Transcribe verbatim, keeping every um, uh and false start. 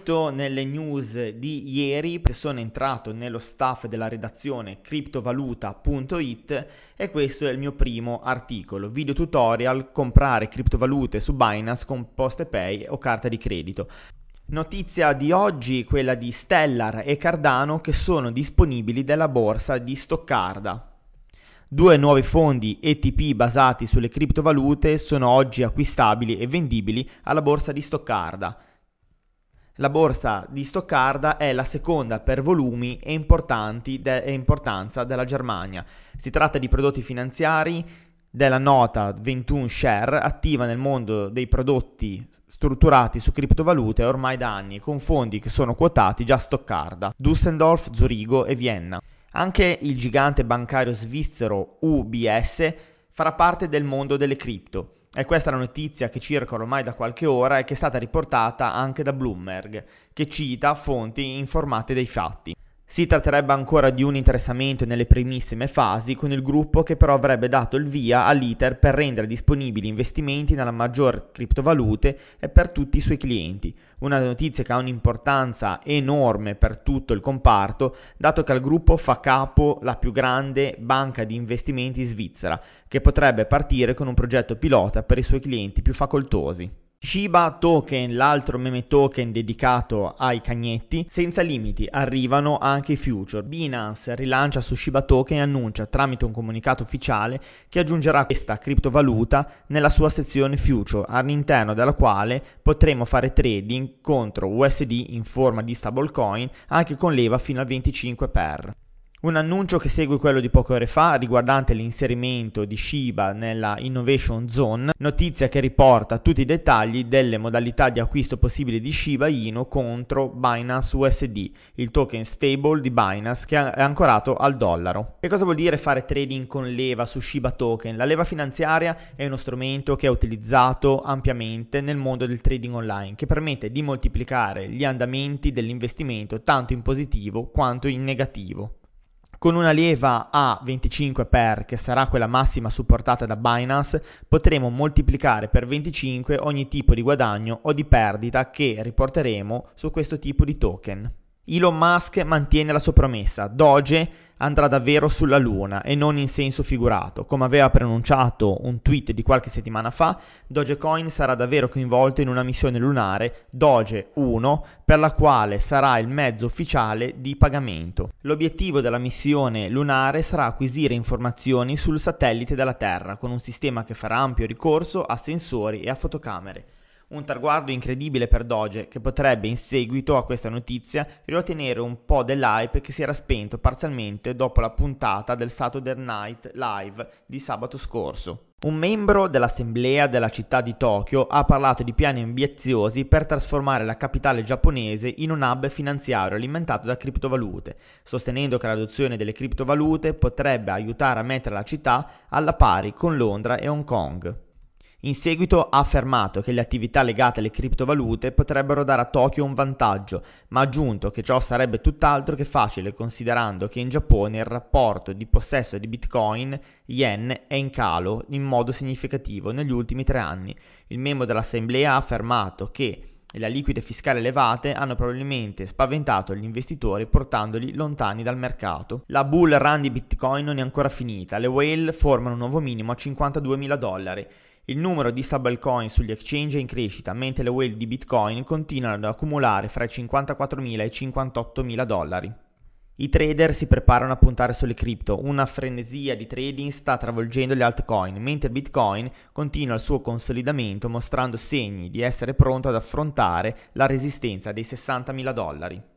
detto nelle news di ieri, sono entrato nello staff della redazione criptovaluta punto it e questo è il mio primo articolo, video tutorial comprare criptovalute su Binance con PostePay o carta di credito. Notizia di oggi, quella di Stellar e Cardano che sono disponibili nella borsa di Stoccarda. Due nuovi fondi E T P basati sulle criptovalute sono oggi acquistabili e vendibili alla borsa di Stoccarda. La borsa di Stoccarda è la seconda per volumi e, importanti de- e importanza della Germania. Si tratta di prodotti finanziari della nota ventuno Share, attiva nel mondo dei prodotti strutturati su criptovalute ormai da anni, con fondi che sono quotati già a Stoccarda, Düsseldorf, Zurigo e Vienna. Anche il gigante bancario svizzero U B S farà parte del mondo delle cripto. E questa è la notizia che circola ormai da qualche ora e che è stata riportata anche da Bloomberg, che cita fonti informate dei fatti. Si tratterebbe ancora di un interessamento nelle primissime fasi, con il gruppo che però avrebbe dato il via all'iter per rendere disponibili investimenti nella maggior criptovalute e per tutti i suoi clienti. Una notizia che ha un'importanza enorme per tutto il comparto, dato che al gruppo fa capo la più grande banca di investimenti svizzera, che potrebbe partire con un progetto pilota per i suoi clienti più facoltosi. Shiba Token, l'altro meme token dedicato ai cagnetti, senza limiti, arrivano anche i future. Binance rilancia su Shiba Token e annuncia tramite un comunicato ufficiale che aggiungerà questa criptovaluta nella sua sezione future, all'interno della quale potremo fare trading contro U S D in forma di stablecoin anche con leva fino al venticinque per. Un annuncio che segue quello di poche ore fa riguardante l'inserimento di Shiba nella Innovation Zone, notizia che riporta tutti i dettagli delle modalità di acquisto possibili di Shiba Inu contro Binance U S D, il token stable di Binance che è ancorato al dollaro. E cosa vuol dire fare trading con leva su Shiba Token? La leva finanziaria è uno strumento che è utilizzato ampiamente nel mondo del trading online, che permette di moltiplicare gli andamenti dell'investimento tanto in positivo quanto in negativo. Con una leva a venticinque per, che sarà quella massima supportata da Binance, potremo moltiplicare per venticinque ogni tipo di guadagno o di perdita che riporteremo su questo tipo di token. Elon Musk mantiene la sua promessa, Doge andrà davvero sulla luna e non in senso figurato. Come aveva preannunciato un tweet di qualche settimana fa, Dogecoin sarà davvero coinvolto in una missione lunare Doge uno, per la quale sarà il mezzo ufficiale di pagamento. L'obiettivo della missione lunare sarà acquisire informazioni sul satellite della Terra con un sistema che farà ampio ricorso a sensori e a fotocamere. Un traguardo incredibile per Doge, che potrebbe in seguito a questa notizia riottenere un po' dell'hype che si era spento parzialmente dopo la puntata del Saturday Night Live di sabato scorso. Un membro dell'assemblea della città di Tokyo ha parlato di piani ambiziosi per trasformare la capitale giapponese in un hub finanziario alimentato da criptovalute, sostenendo che l'adozione delle criptovalute potrebbe aiutare a mettere la città alla pari con Londra e Hong Kong. In seguito ha affermato che le attività legate alle criptovalute potrebbero dare a Tokyo un vantaggio, ma ha aggiunto che ciò sarebbe tutt'altro che facile considerando che in Giappone il rapporto di possesso di Bitcoin, yen, è in calo in modo significativo negli ultimi tre anni. Il membro dell'assemblea ha affermato che le aliquote fiscali elevate hanno probabilmente spaventato gli investitori portandoli lontani dal mercato. La bull run di Bitcoin non è ancora finita, le whale formano un nuovo minimo a cinquantaduemila dollari. Il numero di stablecoin sugli exchange è in crescita, mentre le whale di Bitcoin continuano ad accumulare fra i cinquantaquattromila e i cinquantottomila dollari. I trader si preparano a puntare sulle cripto, una frenesia di trading sta travolgendo le altcoin, mentre Bitcoin continua il suo consolidamento mostrando segni di essere pronto ad affrontare la resistenza dei sessantamila dollari.